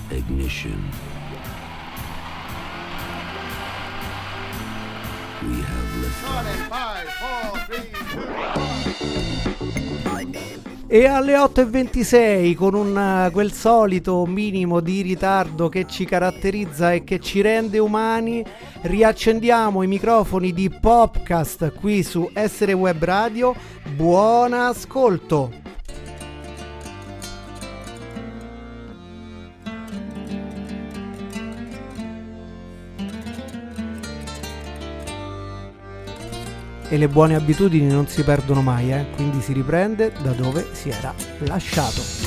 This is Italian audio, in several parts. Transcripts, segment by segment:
Ignition. We have liftoff. 5, 4, 3, 2, 1. E alle 8:26, con quel solito minimo di ritardo che ci caratterizza e che ci rende umani, riaccendiamo i microfoni di Popcast qui su Essere Web Radio. Buon ascolto! E le buone abitudini non si perdono mai, quindi si riprende da dove si era lasciato.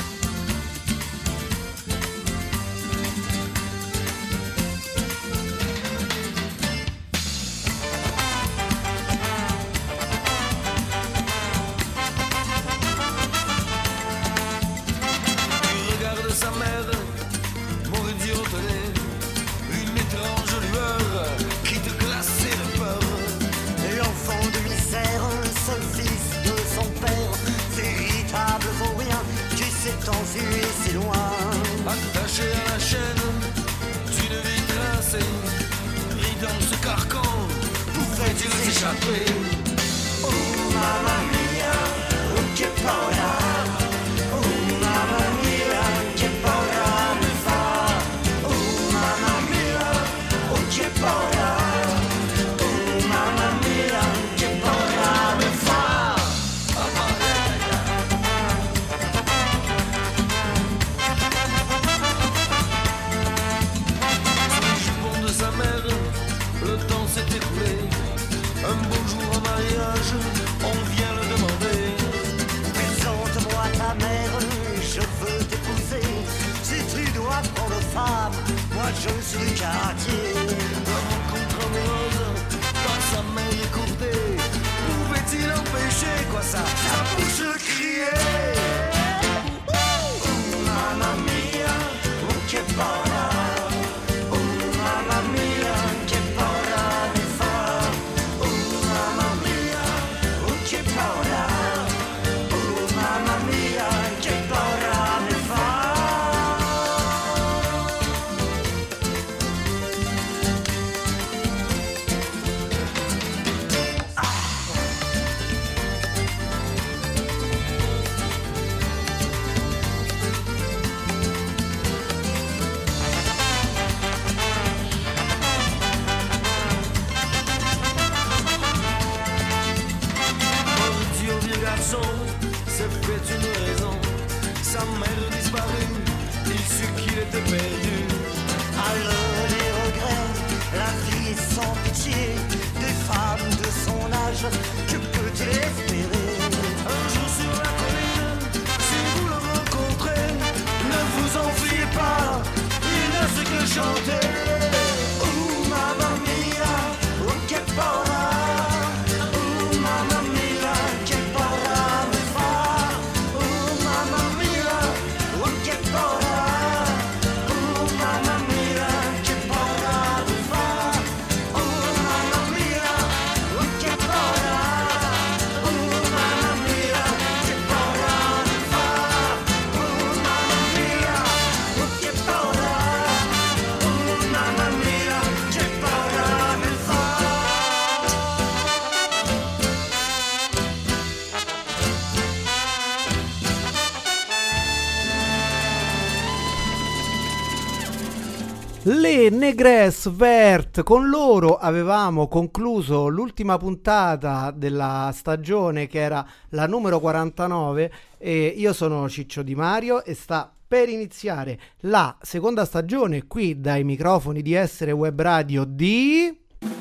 Le Negres Vert, con loro avevamo concluso l'ultima puntata della stagione, che era la numero 49, e io sono Ciccio Di Mario e sta per iniziare la seconda stagione qui dai microfoni di Essere Web Radio di...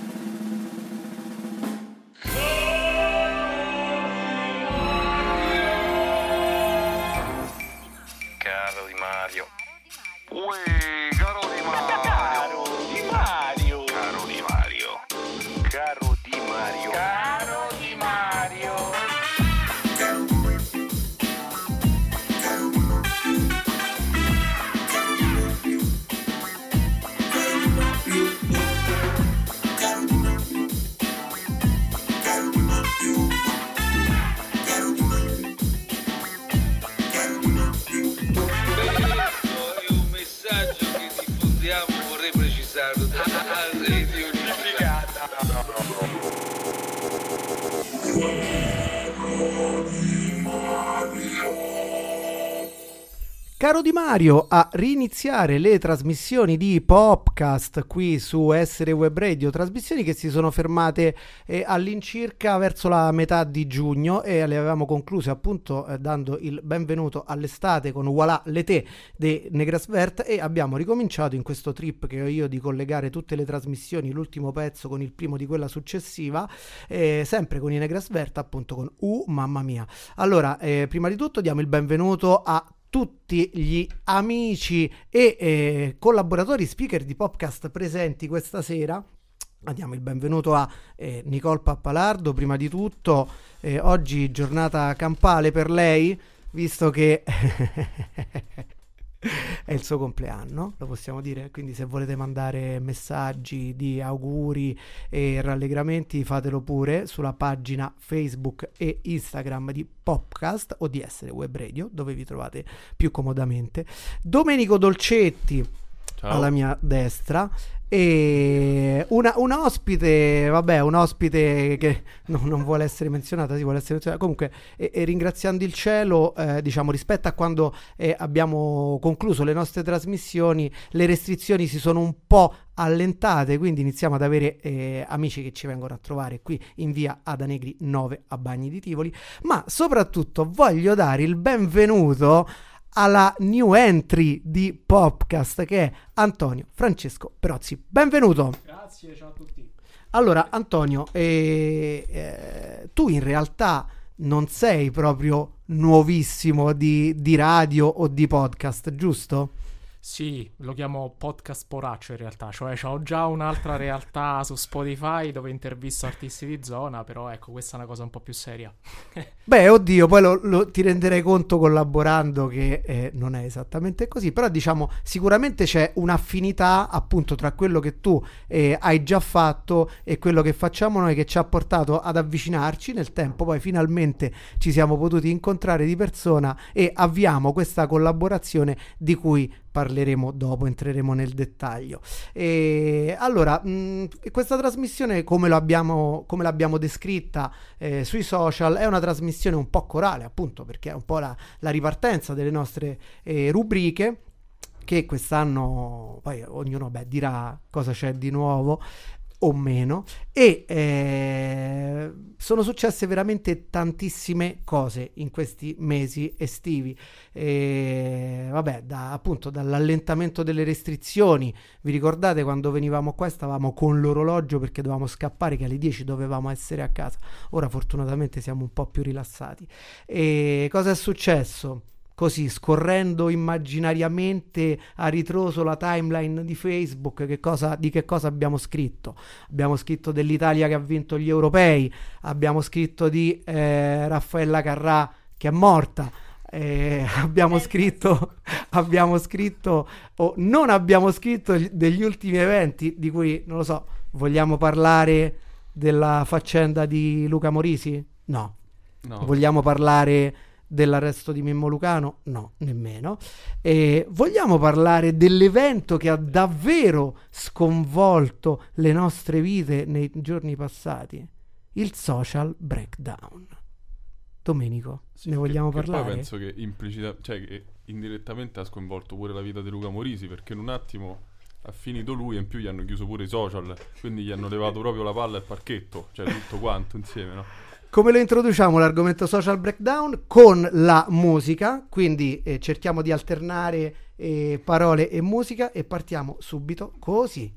Caro Di Mario. Caro Di Mario a riniziare le trasmissioni di Popcast qui su Essere Web Radio, trasmissioni che si sono fermate all'incirca verso la metà di giugno e le avevamo concluse appunto dando il benvenuto all'estate con Voilà l'été dei Negrasvert, e abbiamo ricominciato in questo trip che ho io di collegare tutte le trasmissioni, l'ultimo pezzo con il primo di quella successiva, sempre con i Negrasvert, appunto con mamma mia. Allora, prima di tutto diamo il benvenuto a tutti gli amici e collaboratori speaker di Popcast presenti questa sera. Diamo il benvenuto a Nicole Pappalardo, prima di tutto. Oggi giornata campale per lei, visto che è il suo compleanno, lo possiamo dire, quindi se volete mandare messaggi di auguri e rallegramenti fatelo pure sulla pagina Facebook e Instagram di Popcast o di Essere Web Radio, dove vi trovate più comodamente. Domenico Dolcetti, ciao, alla mia destra, e un ospite, vabbè, un ospite che non vuole essere menzionata, sì, vuole essere menzionata comunque, e ringraziando il cielo, diciamo, rispetto a quando abbiamo concluso le nostre trasmissioni, le restrizioni si sono un po' allentate, quindi iniziamo ad avere amici che ci vengono a trovare qui in via Ada Negri 9 a Bagni di Tivoli. Ma soprattutto voglio dare il benvenuto alla new entry di Popcast, che è Antonio Francesco Perozzi. Benvenuto. Grazie, ciao a tutti. Allora, Antonio, tu in realtà non sei proprio nuovissimo di radio o di podcast, giusto? Sì, lo chiamo podcast poraccio in realtà, cioè ho già un'altra realtà su Spotify dove intervisto artisti di zona, però ecco, questa è una cosa un po' più seria. Beh, oddio, poi ti renderei conto collaborando che non è esattamente così, però diciamo sicuramente c'è un'affinità appunto tra quello che tu hai già fatto e quello che facciamo noi, che ci ha portato ad avvicinarci nel tempo, poi finalmente ci siamo potuti incontrare di persona e avviamo questa collaborazione di cui parleremo dopo, entreremo nel dettaglio. E allora, questa trasmissione, come l'abbiamo descritta sui social, è una trasmissione un po' corale, appunto perché è un po' la ripartenza delle nostre rubriche, che quest'anno poi ognuno dirà cosa c'è di nuovo o meno, e sono successe veramente tantissime cose in questi mesi estivi, vabbè, appunto dall'allentamento delle restrizioni. Vi ricordate quando venivamo qua stavamo con l'orologio perché dovevamo scappare, che alle 10 dovevamo essere a casa. Ora fortunatamente siamo un po' più rilassati. E cosa è successo? Così, scorrendo immaginariamente a ritroso la timeline di Facebook, di che cosa abbiamo scritto? Abbiamo scritto dell'Italia che ha vinto gli europei, abbiamo scritto di Raffaella Carrà che è morta, abbiamo scritto o non abbiamo scritto degli ultimi eventi di cui, non lo so, vogliamo parlare della faccenda di Luca Morisi? No. Vogliamo parlare dell'arresto di Mimmo Lucano? No, nemmeno. Vogliamo parlare dell'evento che ha davvero sconvolto le nostre vite nei giorni passati? Il social breakdown. Domenico, sì, ne vogliamo parlare? Poi penso che che indirettamente ha sconvolto pure la vita di Luca Morisi, perché in un attimo ha finito lui e in più gli hanno chiuso pure i social, quindi gli hanno levato proprio la palla al parchetto, cioè tutto quanto insieme, no? Come lo introduciamo l'argomento social breakdown? Con la musica, quindi cerchiamo di alternare parole e musica e partiamo subito così.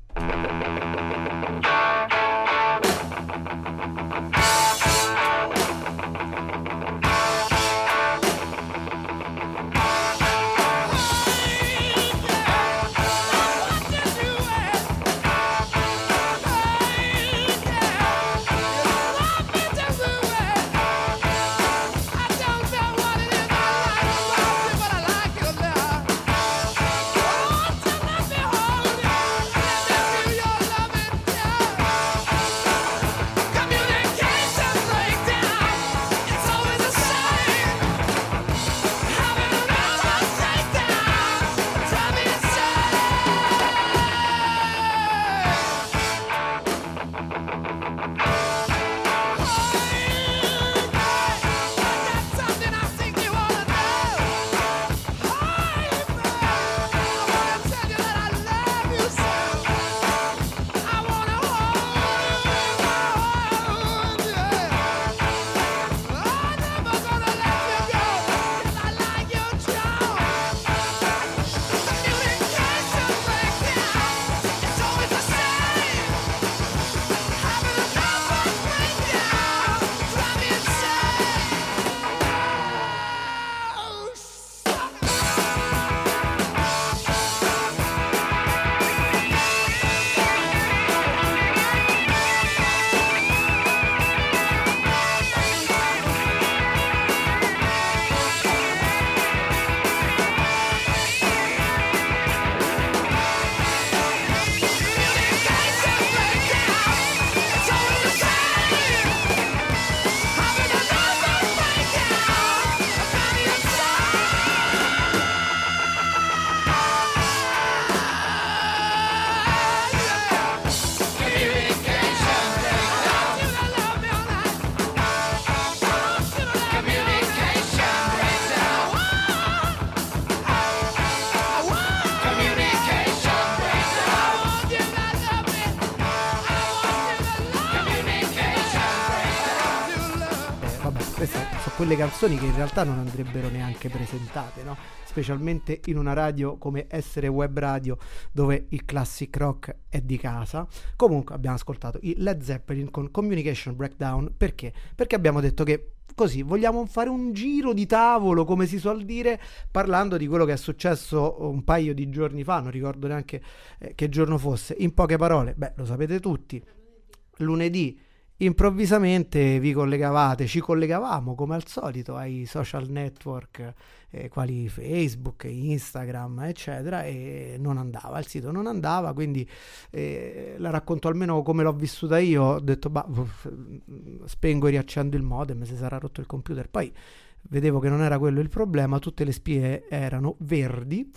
quelle canzoni che in realtà non andrebbero neanche presentate, no? Specialmente in una radio come Essere Web Radio, dove il classic rock è di casa. Comunque abbiamo ascoltato i Led Zeppelin con Communication Breakdown. Perché? Perché abbiamo detto che così vogliamo fare un giro di tavolo, come si suol dire, parlando di quello che è successo un paio di giorni fa, non ricordo neanche che giorno fosse. In poche parole, lo sapete tutti, lunedì improvvisamente ci collegavamo come al solito ai social network quali Facebook, Instagram eccetera, e non andava, il sito non andava, quindi la racconto almeno come l'ho vissuta io. Ho detto spengo e riaccendo il modem, si sarà rotto il computer. Poi vedevo che non era quello il problema, tutte le spie erano verdi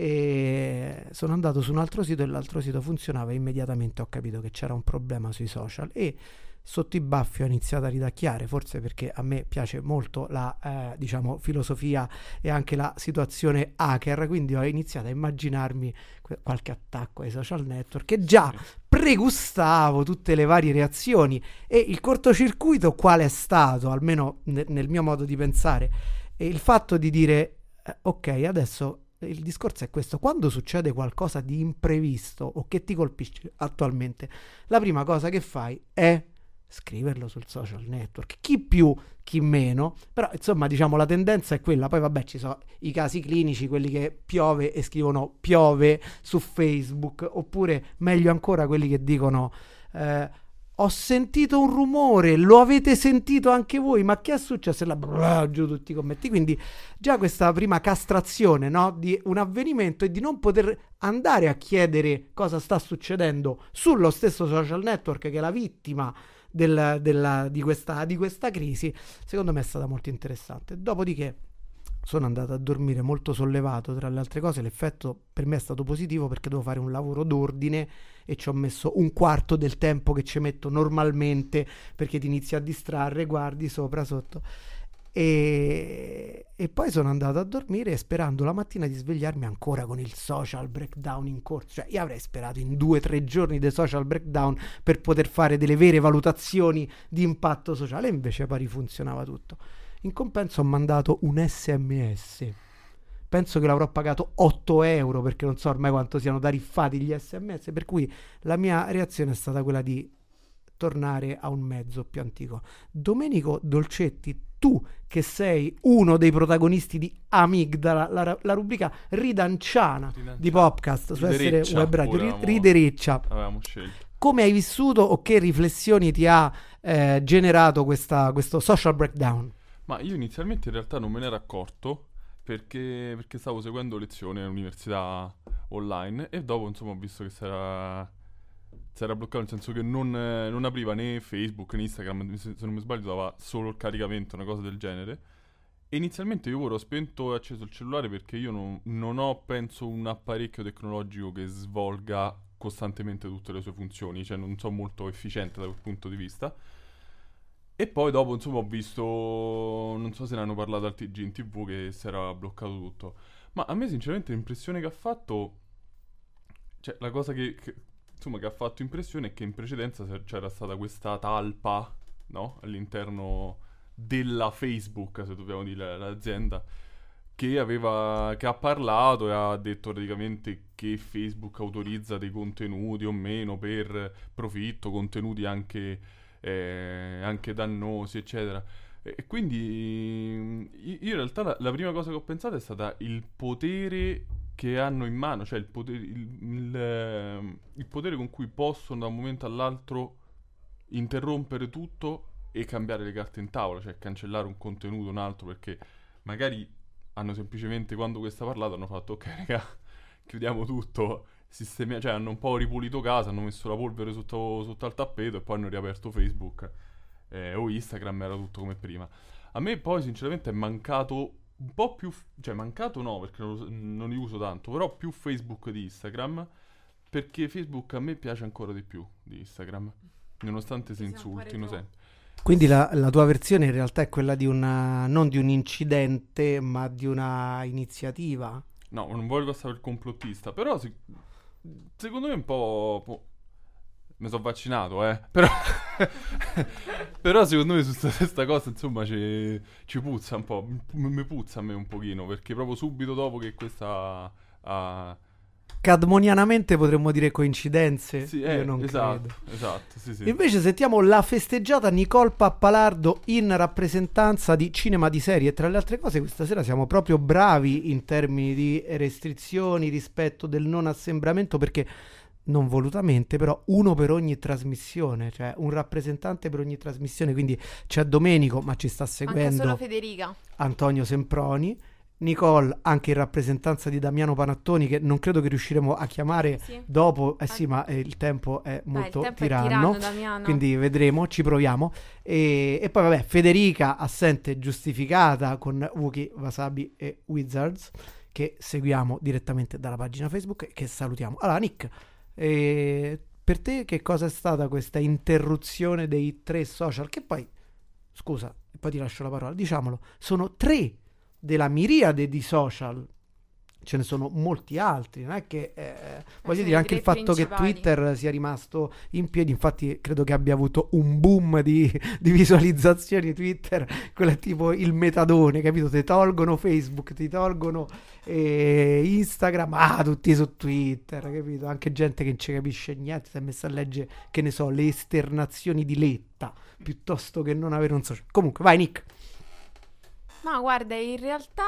e sono andato su un altro sito e l'altro sito funzionava. Immediatamente ho capito che c'era un problema sui social e sotto i baffi ho iniziato a ridacchiare, forse perché a me piace molto la filosofia e anche la situazione hacker, quindi ho iniziato a immaginarmi qualche attacco ai social network e già pregustavo tutte le varie reazioni. E il cortocircuito qual è stato, almeno nel mio modo di pensare, il fatto di dire ok, adesso il discorso è questo: quando succede qualcosa di imprevisto o che ti colpisce attualmente, la prima cosa che fai è scriverlo sul social network, chi più chi meno, però insomma la tendenza è quella. Poi ci sono i casi clinici, quelli che piove e scrivono piove su Facebook, oppure meglio ancora quelli che dicono ho sentito un rumore, lo avete sentito anche voi, ma che è successo? E giù tutti i commenti. Quindi già questa prima castrazione, no, di un avvenimento e di non poter andare a chiedere cosa sta succedendo sullo stesso social network che è la vittima di questa crisi, secondo me è stata molto interessante. Dopodiché sono andato a dormire molto sollevato. Tra le altre cose, l'effetto per me è stato positivo perché devo fare un lavoro d'ordine e ci ho messo un quarto del tempo che ci metto normalmente, perché ti inizi a distrarre, guardi sopra, sotto. E poi sono andato a dormire sperando la mattina di svegliarmi ancora con il social breakdown in corso. Cioè io avrei sperato in 2 o 3 giorni di social breakdown per poter fare delle vere valutazioni di impatto sociale, invece pari funzionava tutto. In compenso ho mandato un SMS, penso che l'avrò pagato 8 euro, perché non so ormai quanto siano tariffati gli SMS, per cui la mia reazione è stata quella di tornare a un mezzo più antico. Domenico Dolcetti, tu che sei uno dei protagonisti di Amigdala, la rubrica ridanciana di podcast su Essere Web Radio, ridereccia, avevamo scelto. Come hai vissuto o che riflessioni ti ha generato questo social breakdown? Ma io inizialmente in realtà non me ne ero accorto perché stavo seguendo lezioni all'università online e dopo insomma ho visto che si era bloccato, nel senso che non apriva né Facebook né Instagram, se non mi sbaglio dava solo il caricamento, una cosa del genere. E inizialmente io ho spento e acceso il cellulare perché io non ho, penso, un apparecchio tecnologico che svolga costantemente tutte le sue funzioni, cioè non sono molto efficiente da quel punto di vista. E poi dopo insomma ho visto, non so se ne hanno parlato al TG in TV, che si era bloccato tutto. Ma a me sinceramente l'impressione che ha fatto, cioè la cosa che ha fatto impressione è che in precedenza c'era stata questa talpa, no? All'interno della Facebook, se dobbiamo dire l'azienda, che ha parlato e ha detto praticamente che Facebook autorizza dei contenuti o meno per profitto, contenuti anche dannosi, eccetera. E quindi io in realtà la prima cosa che ho pensato è stata il potere che hanno in mano, cioè il potere con cui possono da un momento all'altro interrompere tutto e cambiare le carte in tavola, cioè cancellare un contenuto, un altro, perché magari hanno semplicemente, quando questo ha parlato, hanno fatto ok raga, chiudiamo tutto, cioè hanno un po' ripulito casa, hanno messo la polvere sotto al tappeto e poi hanno riaperto Facebook o Instagram, era tutto come prima. A me poi sinceramente è mancato un po' più, cioè mancato no, perché non li uso tanto, però più Facebook di Instagram, perché Facebook a me piace ancora di più di Instagram, nonostante si insultino sempre. Quindi la tua versione in realtà è quella di non di un incidente, ma di una iniziativa? No, non voglio passare per complottista, però secondo me un po'... mi sono vaccinato, però però secondo me su questa cosa insomma ci puzza un po', mi puzza a me un pochino, perché proprio subito dopo che questa Cadmonianamente potremmo dire coincidenze. sì, Io non credo. esatto, sì. Invece sentiamo la festeggiata Nicole Pappalardo in rappresentanza di cinema di serie. E tra le altre cose questa sera siamo proprio bravi in termini di restrizioni, rispetto del non assembramento, perché non volutamente, però uno per ogni trasmissione, cioè un rappresentante per ogni trasmissione. Quindi c'è Domenico, ma ci sta Anche seguendo solo Federica. Antonio Semproni, Nicole anche in rappresentanza di Damiano Panattoni, che non credo che riusciremo a chiamare Sì. dopo, sì, ma il tempo è molto il tempo tiranno, è tiranno, Damiano. quindi vedremo, ci proviamo. E poi vabbè, Federica assente giustificata con Wookie, Wasabi e Wizards, che seguiamo direttamente dalla pagina Facebook e che salutiamo. Allora Nick, per te che cosa è stata questa interruzione dei 3 social, che poi, scusa, e poi ti lascio la parola, diciamolo, sono 3 della miriade di social, ce ne sono molti altri, non è che voglio sono dire, i anche 3 il fatto che principali. Twitter sia rimasto in piedi, infatti credo che abbia avuto un boom di visualizzazioni Twitter, quello è tipo il metadone, capito? Ti tolgono Facebook, ti tolgono Instagram, tutti su Twitter, capito? Anche gente che non ci capisce niente si è messa a leggere, che ne so, le esternazioni di Letta piuttosto che non avere un social. Comunque vai Nick. Ma guarda, in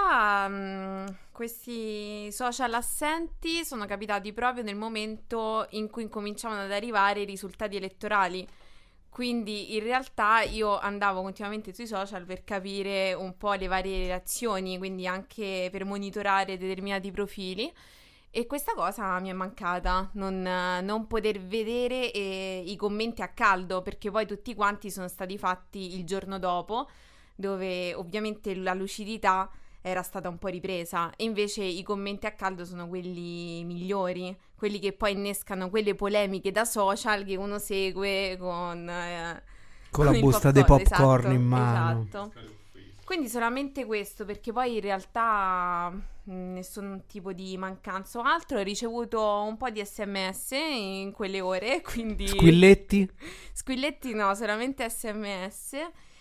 realtà questi social assenti sono capitati proprio nel momento in cui incominciavano ad arrivare i risultati elettorali. Quindi in realtà io andavo continuamente sui social per capire un po' le varie reazioni, quindi anche per monitorare determinati profili. E questa cosa mi è mancata, non poter vedere i commenti a caldo, perché poi tutti quanti sono stati fatti il giorno dopo, dove ovviamente la lucidità era stata un po' ripresa, e invece i commenti a caldo sono quelli migliori, quelli che poi innescano quelle polemiche da social che uno segue con la il busta dei popcorn esatto, in mano. esatto. Quindi solamente questo, perché poi in realtà nessun tipo di mancanza o altro. Ho ricevuto un po' di SMS in quelle ore, quindi Squilletti? Squilletti no, solamente SMS.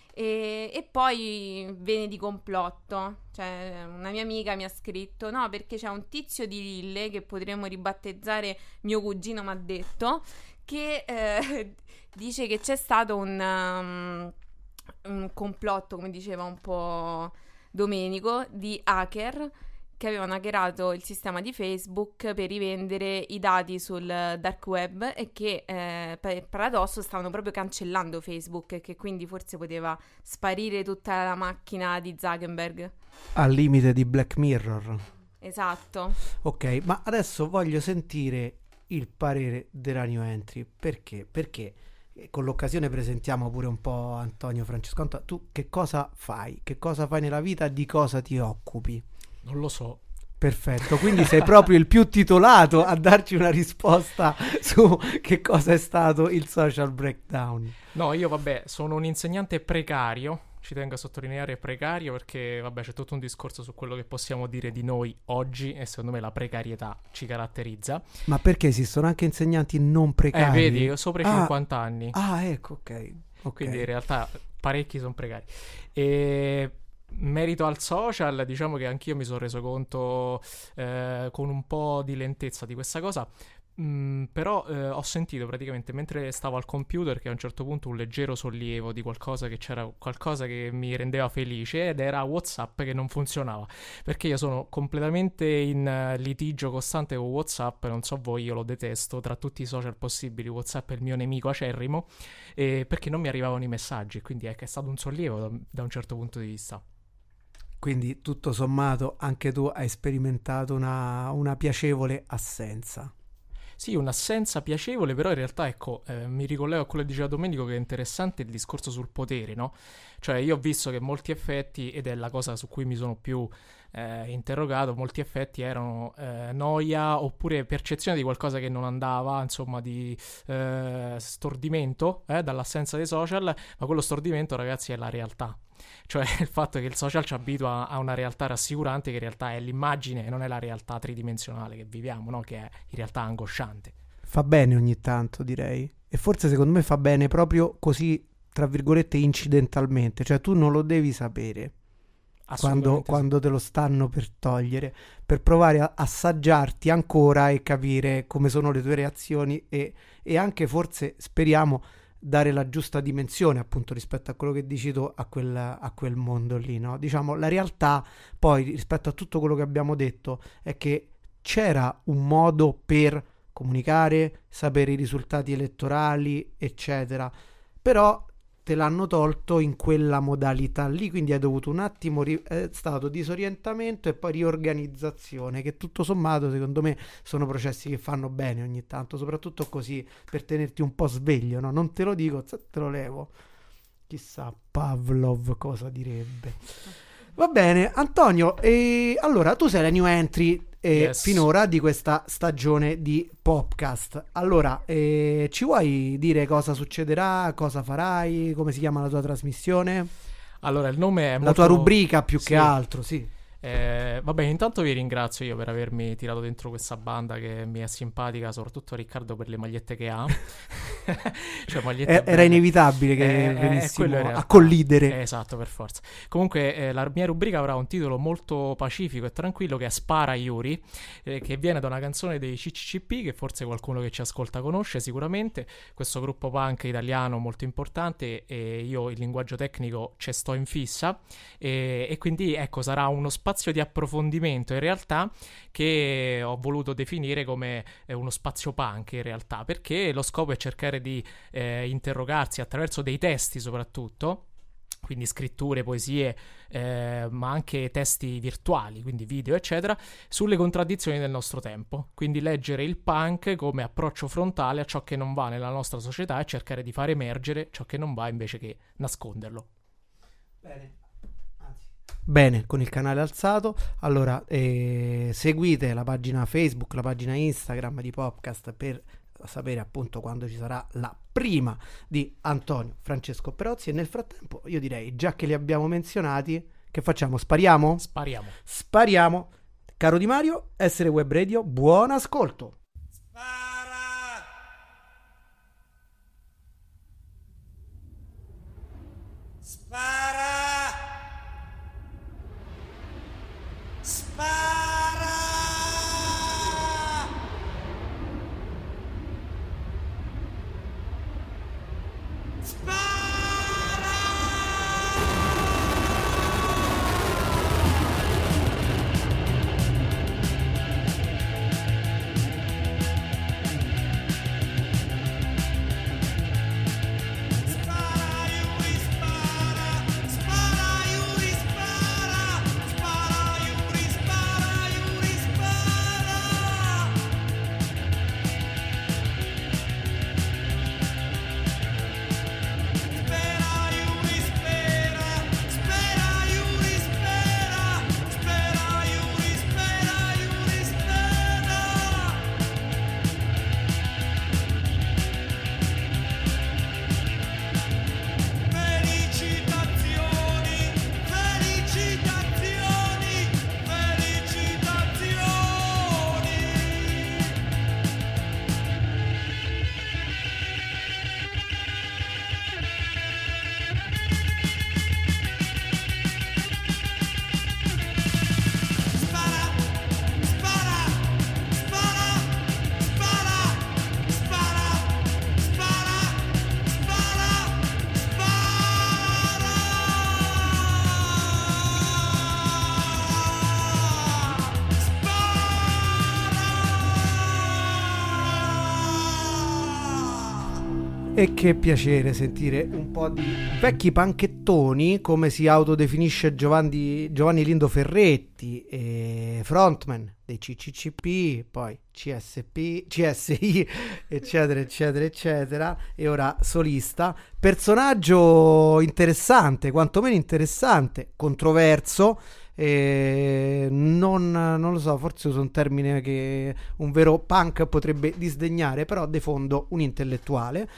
E poi vene di complotto, cioè una mia amica mi ha scritto: no, perché c'è un tizio di Lille, che potremmo ribattezzare mio cugino, m'ha detto, che dice che c'è stato un complotto, come diceva un po' Domenico, di hacker che avevano hackerato il sistema di Facebook per rivendere i dati sul dark web, e che per paradosso stavano proprio cancellando Facebook, e che quindi forse poteva sparire tutta la macchina di Zuckerberg. Al limite di Black Mirror. Esatto. Ok, ma adesso voglio sentire il parere della New Entry. Perché? Perché con l'occasione presentiamo pure un po' Antonio Francesco. Tu che cosa fai? Che cosa fai nella vita? Di cosa ti occupi? Non lo so. Perfetto, quindi sei proprio il più titolato a darci una risposta su che cosa è stato il social breakdown. No, io vabbè, sono un insegnante precario, ci tengo a sottolineare precario, perché vabbè c'è tutto un discorso su quello che possiamo dire di noi oggi, e secondo me la precarietà ci caratterizza. Ma perché esistono anche insegnanti non precari? Vedi, io sopra i 50 anni. Ecco, ok. Quindi in realtà parecchi sono precari. E in merito al social, diciamo che anch'io mi sono reso conto con un po' di lentezza di questa cosa. Però ho sentito praticamente mentre stavo al computer che a un certo punto un leggero sollievo di qualcosa, che c'era qualcosa che mi rendeva felice, ed era WhatsApp che non funzionava, perché io sono completamente in litigio costante con WhatsApp. Non so voi, io lo detesto tra tutti i social possibili. WhatsApp è il mio nemico acerrimo, perché non mi arrivavano i messaggi, quindi è stato un sollievo da un certo punto di vista. Quindi tutto sommato anche tu hai sperimentato una piacevole assenza. Sì, un'assenza piacevole, però in realtà, ecco, mi ricollego a quello che diceva Domenico, che è interessante il discorso sul potere, no? Cioè io ho visto che molti effetti, ed è la cosa su cui mi sono più interrogato, molti effetti erano noia, oppure percezione di qualcosa che non andava, insomma di stordimento dall'assenza dei social, ma quello stordimento, ragazzi, è la realtà. Cioè il fatto che il social ci abitua a una realtà rassicurante, che in realtà è l'immagine e non è la realtà tridimensionale che viviamo, no? Che è in realtà angosciante. fa bene ogni tanto, direi. E forse secondo me fa bene proprio così, tra virgolette, incidentalmente. Cioè tu non lo devi sapere quando te lo stanno per togliere, per provare a assaggiarti ancora e capire come sono le tue reazioni e anche forse, speriamo, dare la giusta dimensione appunto rispetto a quello che dici tu a quel mondo lì, no? Diciamo, la realtà poi rispetto a tutto quello che abbiamo detto è che c'era un modo per comunicare, sapere i risultati elettorali, eccetera, però te l'hanno tolto in quella modalità lì, quindi hai dovuto un attimo è stato disorientamento e poi riorganizzazione, che tutto sommato secondo me sono processi che fanno bene ogni tanto, soprattutto così per tenerti un po' sveglio, no? Non te lo dico, te lo levo, chissà Pavlov cosa direbbe. Va bene, Antonio, allora tu sei la new entry finora di questa stagione di Popcast. Allora, ci vuoi dire cosa succederà, cosa farai, come si chiama la tua trasmissione? Allora, il nome è la tua rubrica più che altro, sì. Vabbè, intanto vi ringrazio io per avermi tirato dentro questa banda che mi è simpatica, soprattutto Riccardo per le magliette che ha. Cioè, magliette era inevitabile che venissimo a collidere. Esatto, per forza. Comunque la mia rubrica avrà un titolo molto pacifico e tranquillo che è Spara Yuri, che viene da una canzone dei CCCP che forse qualcuno che ci ascolta conosce sicuramente, questo gruppo punk italiano molto importante, e io il linguaggio tecnico ci sto in fissa, e quindi ecco, sarà uno spazio di approfondimento in realtà che ho voluto definire come uno spazio punk in realtà, perché lo scopo è cercare di interrogarsi attraverso dei testi soprattutto, quindi scritture, poesie, ma anche testi virtuali, quindi video eccetera, sulle contraddizioni del nostro tempo, quindi leggere il punk come approccio frontale a ciò che non va nella nostra società e cercare di far emergere ciò che non va invece che nasconderlo. Bene, con il canale alzato. Allora, seguite la pagina Facebook, la pagina Instagram di Popcast per sapere appunto quando ci sarà la prima di Antonio Francesco Perozzi, e nel frattempo io direi, già che li abbiamo menzionati, che facciamo? Spariamo? Spariamo. Caro Di Mario, Essere Web Radio, buon ascolto. E che piacere sentire un po' di vecchi panchettoni, come si autodefinisce Giovanni Lindo Ferretti, frontman dei CCCP, poi CSP, CSI, eccetera, eccetera, eccetera, e ora solista. Personaggio interessante, quantomeno interessante, controverso, non lo so, forse uso un termine che un vero punk potrebbe disdegnare, però de fondo un intellettuale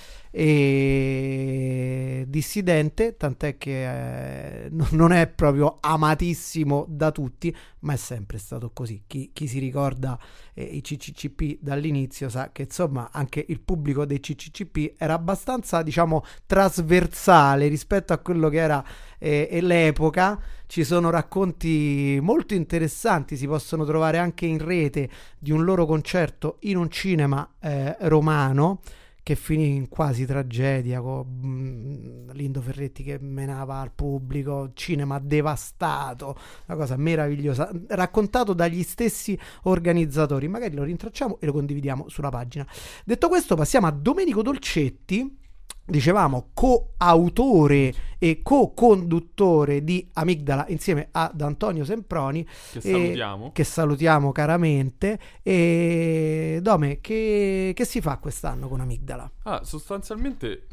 e dissidente, tant'è che non è proprio amatissimo da tutti, ma è sempre stato così. Chi si ricorda i CCCP dall'inizio sa che insomma anche il pubblico dei CCCP era abbastanza, diciamo, trasversale rispetto a quello che era l'epoca. Ci sono racconti molto interessanti, si possono trovare anche in rete, di un loro concerto in un cinema romano che finì in quasi tragedia, con Lindo Ferretti che menava al pubblico, cinema devastato, una cosa meravigliosa, raccontato dagli stessi organizzatori. Magari lo rintracciamo e lo condividiamo sulla pagina. Detto questo, passiamo a Domenico Dolcetti, dicevamo coautore e co-conduttore di Amigdala insieme ad Antonio Semproni, che salutiamo caramente. E Dome, che si fa quest'anno con Amigdala? Sostanzialmente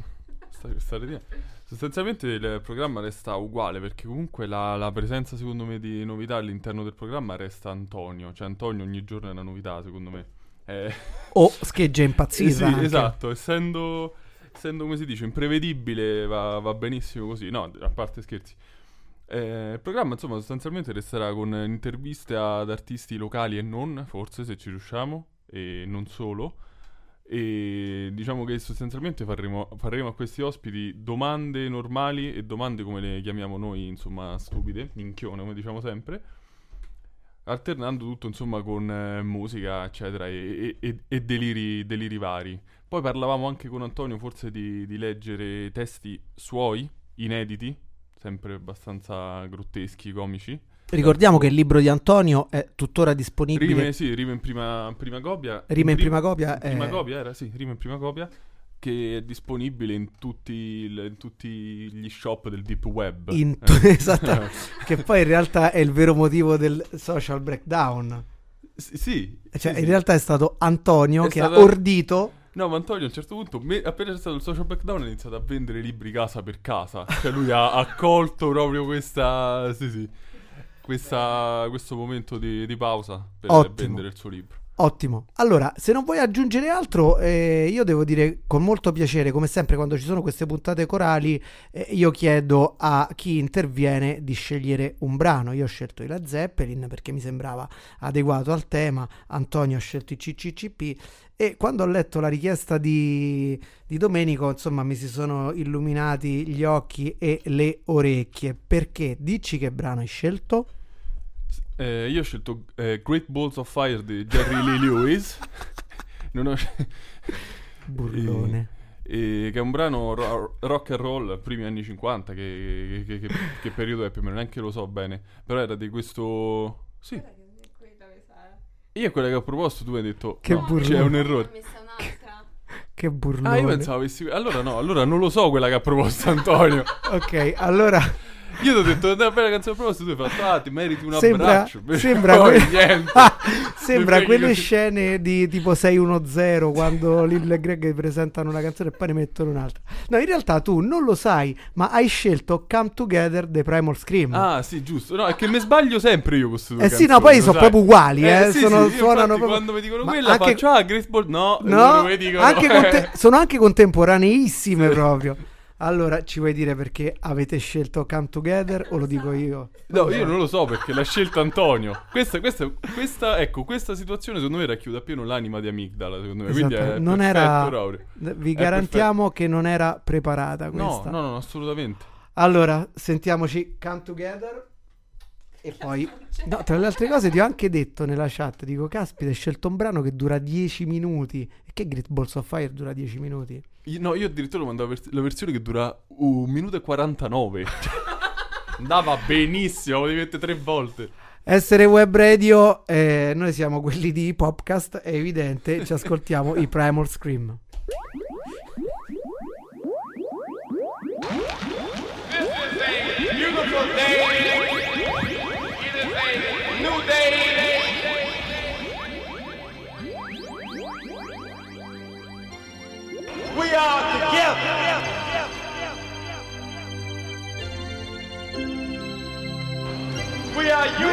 il programma resta uguale, perché comunque la presenza, secondo me, di novità all'interno del programma resta Antonio. Cioè Antonio ogni giorno è una novità, secondo me. O scheggia impazzita. Sì, anche. Esatto, essendo, come si dice, imprevedibile, va benissimo così. No, a parte scherzi. Il programma, insomma, sostanzialmente resterà con interviste ad artisti locali e non, forse, se ci riusciamo, e non solo. E diciamo che sostanzialmente faremo a questi ospiti domande normali e domande, come le chiamiamo noi, insomma, stupide, minchione, come diciamo sempre, alternando tutto, insomma, con musica, eccetera, e deliri vari. Poi parlavamo anche con Antonio forse di leggere testi suoi, inediti, sempre abbastanza grotteschi, comici. Ricordiamo che il libro di Antonio è tuttora disponibile. Rime in prima copia. Rime in prima copia. Rime in prima copia, che è disponibile in tutti gli shop del deep web. Esatto, che poi in realtà è il vero motivo del social breakdown. Sì. Cioè, sì, in realtà è stato Antonio che ha stato ordito. No, ma Antonio a un certo punto, appena c'è stato il social breakdown, ha iniziato a vendere libri casa per casa. Cioè lui ha colto proprio questo momento di pausa per vendere il suo libro. Ottimo. Allora, se non vuoi aggiungere altro, io devo dire con molto piacere, come sempre quando ci sono queste puntate corali, io chiedo a chi interviene di scegliere un brano. Io ho scelto i Led Zeppelin perché mi sembrava adeguato al tema, Antonio ha scelto i CCCP, e quando ho letto la richiesta di Domenico, insomma, mi si sono illuminati gli occhi e le orecchie. Perché? Dici che brano hai scelto? Io ho scelto Great Balls of Fire di Jerry Lee Lewis. Burlone. Che è un brano rock and roll primi anni 50. Che periodo è più o meno, neanche lo so bene. Però era di questo. Sì. Io è quella che ho proposto, tu hai detto che no, c'è un errore. Che burlone. Io pensavo avessi. Allora non lo so quella che ha proposto Antonio. Ok, allora. Io ti ho detto, una bella canzone proposta, tu hai fatto, ti meriti un abbraccio. Sembra quelle scene di tipo 610 quando Lil e Greg presentano una canzone e poi ne mettono un'altra. No, in realtà tu non lo sai, ma hai scelto Come Together dei Primal Scream. Ah, sì, giusto. No, è che mi sbaglio sempre io con queste due canzoni. Sì, no, poi sono proprio uguali, sì, suonano proprio... quando mi dicono quella faccio, Great Ball, no, mi dicono, sono anche contemporaneissime proprio. Allora, ci vuoi dire perché avete scelto Come Together o lo dico io? No, io non lo so perché l'ha scelto Antonio. Questa situazione secondo me racchiude appieno l'anima di Amigdala, secondo me. Quindi è non perfetto, vi garantiamo che non era preparata questa. No, assolutamente. Allora, sentiamoci Come Together. E poi, no, tra le altre cose ti ho anche detto nella chat, dico, caspita, hai scelto un brano che dura 10 minuti. E che Great Balls of Fire dura 10 minuti? Io addirittura mandavo la versione che dura 1 minuto e 49. Andava benissimo, devi mettere 3 volte. Essere web radio, noi siamo quelli di Popcast, è evidente, ci ascoltiamo i Primal Scream. Beautiful day. New day. We are together. We are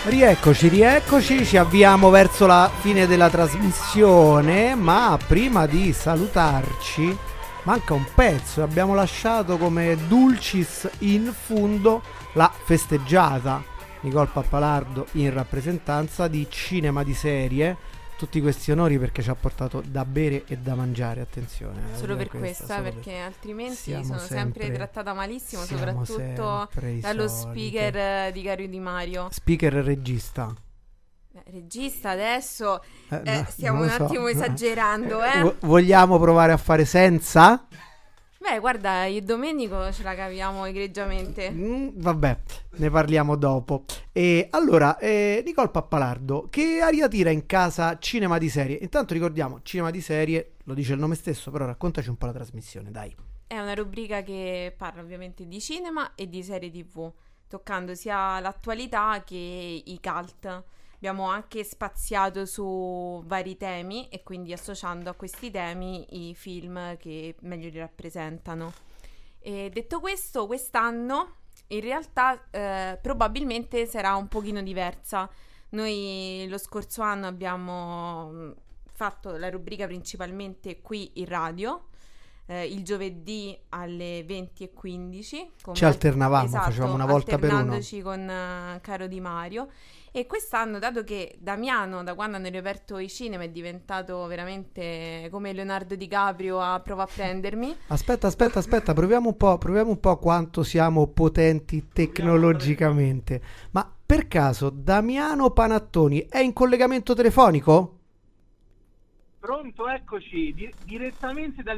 Rieccoci, ci avviamo verso la fine della trasmissione, ma prima di salutarci manca un pezzo, abbiamo lasciato come dulcis in fundo la festeggiata Nicole Pappalardo in rappresentanza di Cinema di Serie. Tutti questi onori perché ci ha portato da bere e da mangiare, attenzione. Solo per questa, perché altrimenti sono sempre trattata malissimo, soprattutto dallo speaker di Caro Di Mario. Speaker e regista. Regista adesso No, stiamo un attimo esagerando, Vogliamo provare a fare senza? Beh, guarda, io e Domenico ce la caviamo egregiamente. Vabbè, ne parliamo dopo. E allora, Nicole Pappalardo, che aria tira in casa Cinema di Serie? Intanto ricordiamo, Cinema di Serie, lo dice il nome stesso, però raccontaci un po' la trasmissione, dai. È una rubrica che parla ovviamente di cinema e di serie TV, toccando sia l'attualità che i cult. Abbiamo anche spaziato su vari temi e quindi associando a questi temi i film che meglio li rappresentano. E detto questo, quest'anno in realtà probabilmente sarà un pochino diversa. Noi lo scorso anno abbiamo fatto la rubrica principalmente qui in radio, il giovedì alle 20:15. Ci alternavamo, esatto, facevamo una volta per uno. alternandoci con Caro Di Mario. E quest'anno, dato che Damiano, da quando hanno riaperto i cinema, è diventato veramente come Leonardo DiCaprio a prova a prendermi. Aspetta, proviamo un po' quanto siamo potenti tecnologicamente. Ma per caso Damiano Panattoni è in collegamento telefonico? Pronto, eccoci, direttamente dal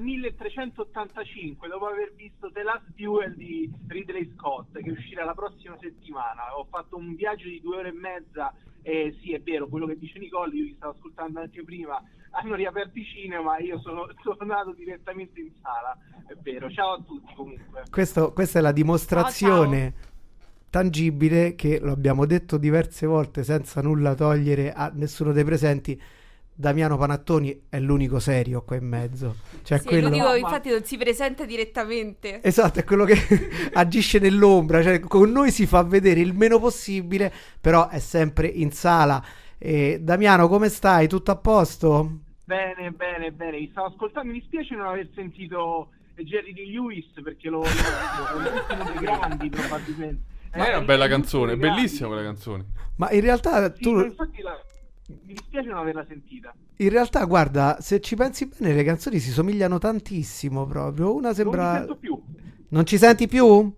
1385, dopo aver visto The Last Duel di Ridley Scott, che uscirà la prossima settimana. Ho fatto un viaggio di 2 ore e mezza, e sì, è vero, quello che dice Nicole, io vi stavo ascoltando anche prima, hanno riaperto i cinema, io sono tornato direttamente in sala, è vero. Ciao a tutti comunque. Questa è la dimostrazione tangibile, che lo abbiamo detto diverse volte senza nulla togliere a nessuno dei presenti. Damiano Panattoni è l'unico serio qua in mezzo, cioè Sì, quello... l'unico, infatti non si presenta direttamente. Esatto, è quello che agisce nell'ombra, cioè con noi si fa vedere il meno possibile, però è sempre in sala. Damiano, come stai? Tutto a posto? Bene, vi stavo ascoltando, mi dispiace non aver sentito Jerry Lee Lewis, perché lo uno dei grandi probabilmente. È una bella canzone, bellissima quella canzone. Ma in realtà Sì, tu... infatti mi dispiace non averla sentita. In realtà, guarda, se ci pensi bene, le canzoni si somigliano tantissimo proprio. Una sembra... Non mi sento più. Non ci senti più?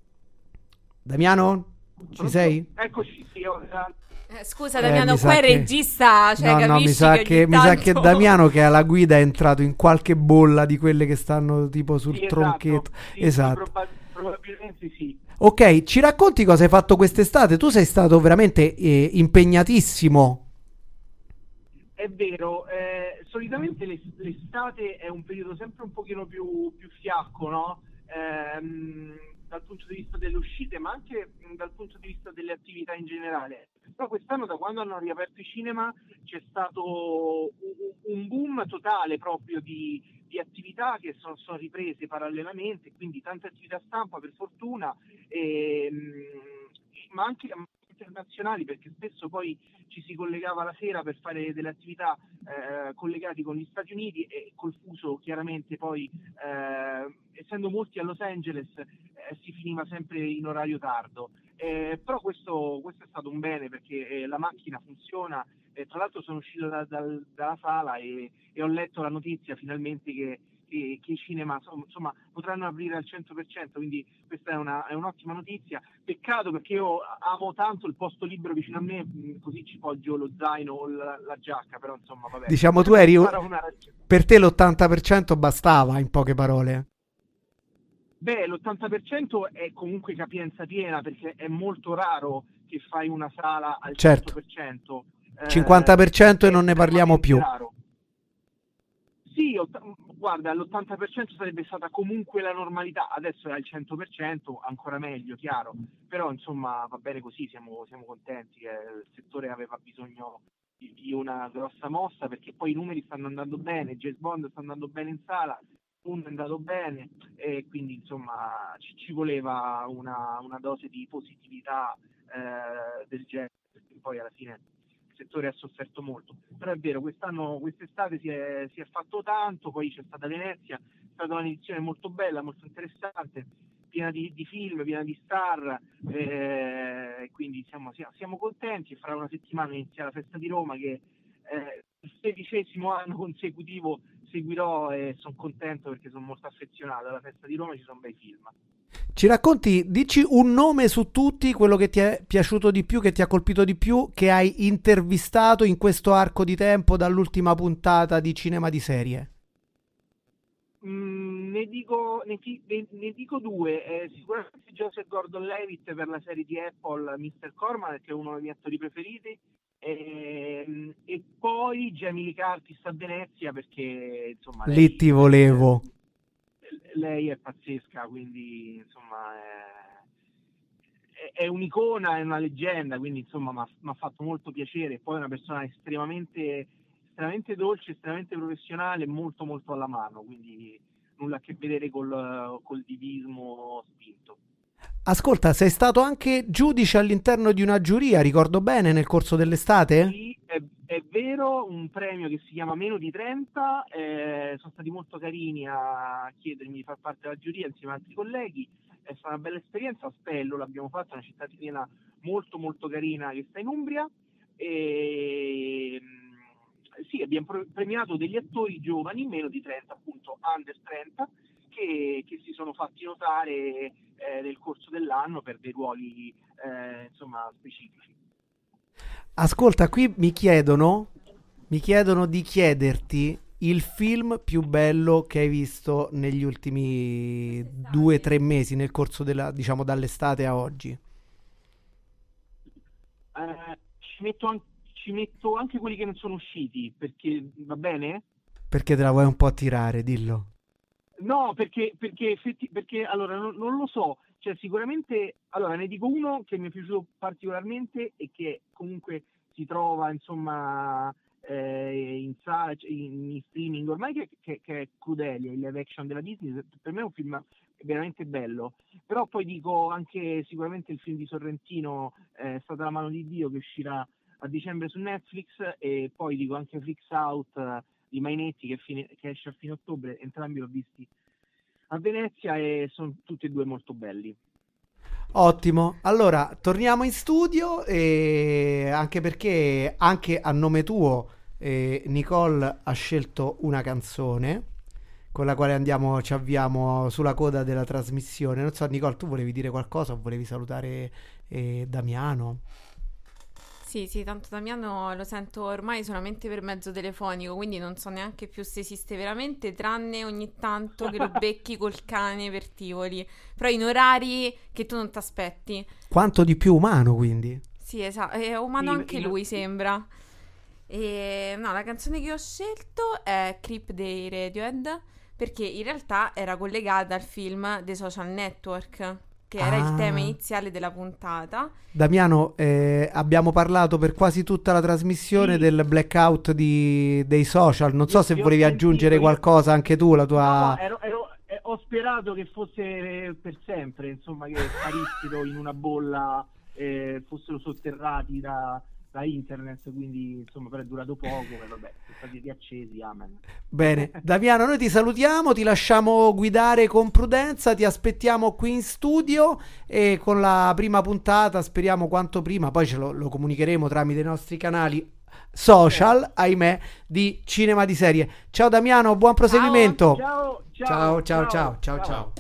Damiano? Ci Pronto? sei? Eccoci, sì. Scusa Damiano, mi sa qua il che- regista, cioè no, capisci mi sa che ogni tanto- Damiano, che è alla guida, è entrato in qualche bolla di quelle che stanno tipo sul Sì, tronchetto. Sì, Esatto. probabilmente sì. Ok, ci racconti cosa hai fatto quest'estate? Tu sei stato veramente impegnatissimo. È vero, solitamente l'estate è un periodo sempre un pochino più fiacco, no? Dal punto di vista delle uscite, ma anche dal punto di vista delle attività in generale. Però quest'anno, da quando hanno riaperto i cinema, c'è stato un boom totale proprio di attività che sono riprese parallelamente, quindi tante attività stampa per fortuna, ma anche internazionali, perché spesso poi ci si collegava la sera per fare delle attività collegati con gli Stati Uniti, e col fuso chiaramente poi essendo molti a Los Angeles si finiva sempre in orario tardo, però questo è stato un bene, perché la macchina funziona. Tra l'altro sono uscito dalla sala e ho letto la notizia finalmente che i cinema insomma potranno aprire al 100%, quindi questa è un'ottima notizia. Peccato, perché io amo tanto il posto libero vicino a me, così ci poggio lo zaino o la giacca, però insomma vabbè. Diciamo, tu eri per te l'80% bastava, in poche parole. Beh, l'80% è comunque capienza piena, perché è molto raro che fai una sala al Certo. 100%. 50% e non ne parliamo più. Raro. Sì, guarda, l'80% sarebbe stata comunque la normalità, adesso è al 100%, ancora meglio, chiaro, però insomma va bene così, siamo contenti, il settore aveva bisogno di una grossa mossa, perché poi i numeri stanno andando bene, James Bond sta andando bene in sala, è andato bene, e quindi insomma ci voleva una dose di positività del genere, perché poi alla fine il settore ha sofferto molto. Però è vero, quest'estate si è fatto tanto, poi c'è stata Venezia, è stata un'edizione molto bella, molto interessante, piena di film, piena di star, quindi siamo contenti. E fra una settimana inizia la Festa di Roma, che il 16° anno consecutivo seguirò, e sono contento perché sono molto affezionato alla Festa di Roma, ci sono bei film. Ci racconti, dici un nome su tutti, quello che ti è piaciuto di più, che ti ha colpito di più, che hai intervistato in questo arco di tempo dall'ultima puntata di Cinema di Serie? Ne dico due, sicuramente Joseph Gordon-Levitt per la serie di Apple Mr. Corman, che è uno dei miei attori preferiti, e poi Jamie Lee Curtis a Venezia, perché insomma Lì ti volevo. Lei è pazzesca, quindi insomma è un'icona, è una leggenda, quindi insomma mi ha fatto molto piacere. Poi è una persona estremamente dolce, estremamente professionale, molto molto alla mano, quindi nulla a che vedere col divismo spinto. Ascolta, sei stato anche giudice all'interno di una giuria, ricordo bene, nel corso dell'estate? Sì, è vero, un premio che si chiama Meno di 30, sono stati molto carini a chiedermi di far parte della giuria insieme ad altri colleghi, è stata una bella esperienza. A Spello l'abbiamo fatta, una cittadina molto molto carina che sta in Umbria, e sì, abbiamo premiato degli attori giovani, meno di 30, appunto under 30, che si sono fatti notare nel corso dell'anno per dei ruoli insomma specifici. Ascolta, qui mi chiedono di chiederti il film più bello che hai visto negli ultimi 2-3 mesi, nel corso dall'estate a oggi. Ci metto anche quelli che non sono usciti, perché va bene? Perché te la vuoi un po' tirare, dillo. No, perché allora non lo so, cioè sicuramente, allora ne dico uno che mi è piaciuto particolarmente e che comunque si trova insomma in streaming ormai, che è Crudelia, il live action della Disney. Per me è un film veramente bello. Però poi dico anche sicuramente il film di Sorrentino, È stata la mano di Dio, che uscirà a dicembre su Netflix, e poi dico anche Freaks Out di Mainetti che esce a fine ottobre. Entrambi l'ho visti a Venezia e sono tutti e due molto belli. Ottimo, allora torniamo in studio, e anche perché anche a nome tuo Nicole ha scelto una canzone con la quale ci avviamo sulla coda della trasmissione. Non so, Nicole, tu volevi dire qualcosa o volevi salutare Damiano? Sì, tanto Damiano lo sento ormai solamente per mezzo telefonico, quindi non so neanche più se esiste veramente, tranne ogni tanto che lo becchi col cane per Tivoli, però in orari che tu non ti aspetti. Quanto di più umano, quindi. Sì, esatto, è umano anche lui, sembra. E no, la canzone che ho scelto è Creep dei Radiohead, perché in realtà era collegata al film The Social Network, che era il tema iniziale della puntata. Damiano, abbiamo parlato per quasi tutta la trasmissione del blackout dei social. Non so se volevi aggiungere qualcosa anche tu, la tua... No, ho sperato che fosse per sempre, insomma, che sparissero in una bolla, fossero sotterrati da internet, quindi insomma, però è durato poco, e vabbè, sono stati riaccesi, amen. Bene, Damiano, noi ti salutiamo, ti lasciamo guidare con prudenza, ti aspettiamo qui in studio e con la prima puntata, speriamo quanto prima, poi ce lo comunicheremo tramite i nostri canali social, ahimè, di Cinema di Serie. Ciao Damiano, buon proseguimento. Ciao.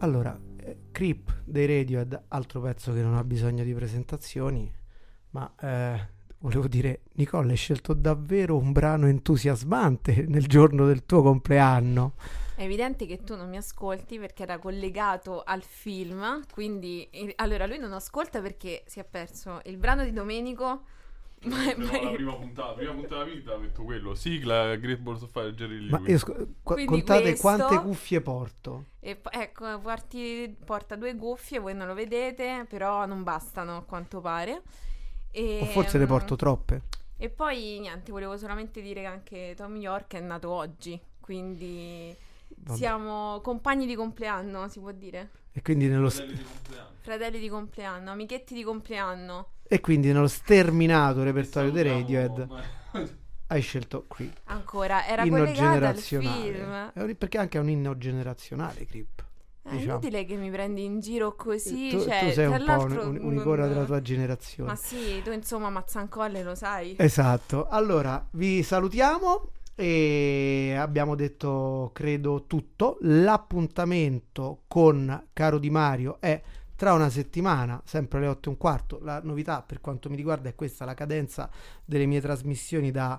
Allora, Creep dei Radiohead, altro pezzo che non ha bisogno di presentazioni, ma volevo dire, Nicole, hai scelto davvero un brano entusiasmante nel giorno del tuo compleanno. È evidente che tu non mi ascolti perché era collegato al film, quindi allora lui non ascolta perché si è perso il brano di Domenico. La prima puntata della vita metto quello, sigla Great Balls of Fire, Jerry Lee Ma Lewis. contate questo- quante cuffie porto. E ecco, porta 2 cuffie, voi non lo vedete, però non bastano a quanto pare. O forse ne porto troppe. E poi niente, volevo solamente dire che anche Tom York è nato oggi, quindi Vabbè. siamo compagni di compleanno, si può dire. E quindi nello Fratelli di compleanno, amichetti di compleanno. E quindi nello sterminato repertorio dei Radiohead hai scelto Creep. Ancora, era Inno collegata al generazionale. film. Perché anche è un inno generazionale, Creep. È Diciamo. inutile che mi prendi in giro così, Tu cioè, sei tra un po' l'altro, un'icona della tua generazione. Ma sì, tu insomma Mazzancolle lo sai. Esatto. Allora, vi salutiamo e abbiamo detto, credo, tutto. L'appuntamento con Caro Di Mario è tra una settimana, sempre alle 8:15. La novità per quanto mi riguarda è questa: la cadenza delle mie trasmissioni da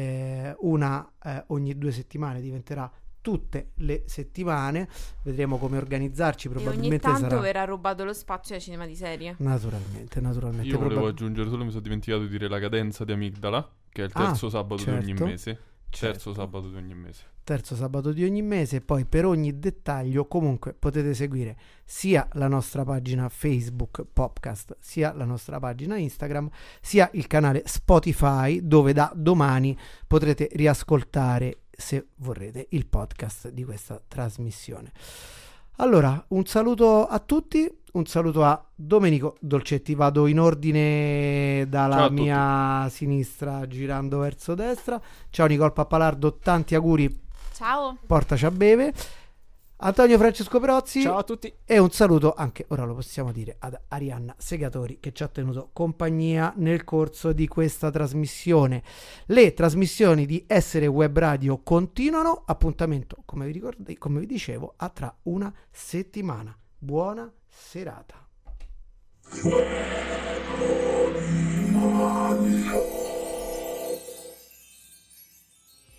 una ogni 2 settimane diventerà tutte le settimane. Vedremo come organizzarci, E ogni probabilmente tanto sarà verrà rubato lo spazio ai cinema di serie. naturalmente Io volevo aggiungere solo, mi sono dimenticato di dire la cadenza di Amigdala, che è il terzo sabato di ogni certo. mese. Certo. Terzo sabato di ogni mese. Terzo sabato di ogni mese. E poi per ogni dettaglio comunque potete seguire sia la nostra pagina Facebook Popcast, sia la nostra pagina Instagram, sia il canale Spotify, dove da domani potrete riascoltare, se vorrete, il podcast di questa trasmissione. Allora, un saluto a tutti, un saluto a Domenico Dolcetti, vado in ordine Ciao dalla a tutti. mia sinistra girando verso destra. Ciao Nicole Pappalardo, tanti auguri, Ciao. portaci a bere. Antonio Francesco Perozzi. Ciao a tutti. E un saluto anche, ora lo possiamo dire, ad Arianna Segatori, che ci ha tenuto compagnia nel corso di questa trasmissione. Le trasmissioni di Essere Web Radio continuano. Appuntamento, come vi dicevo, a tra una settimana. Buona serata.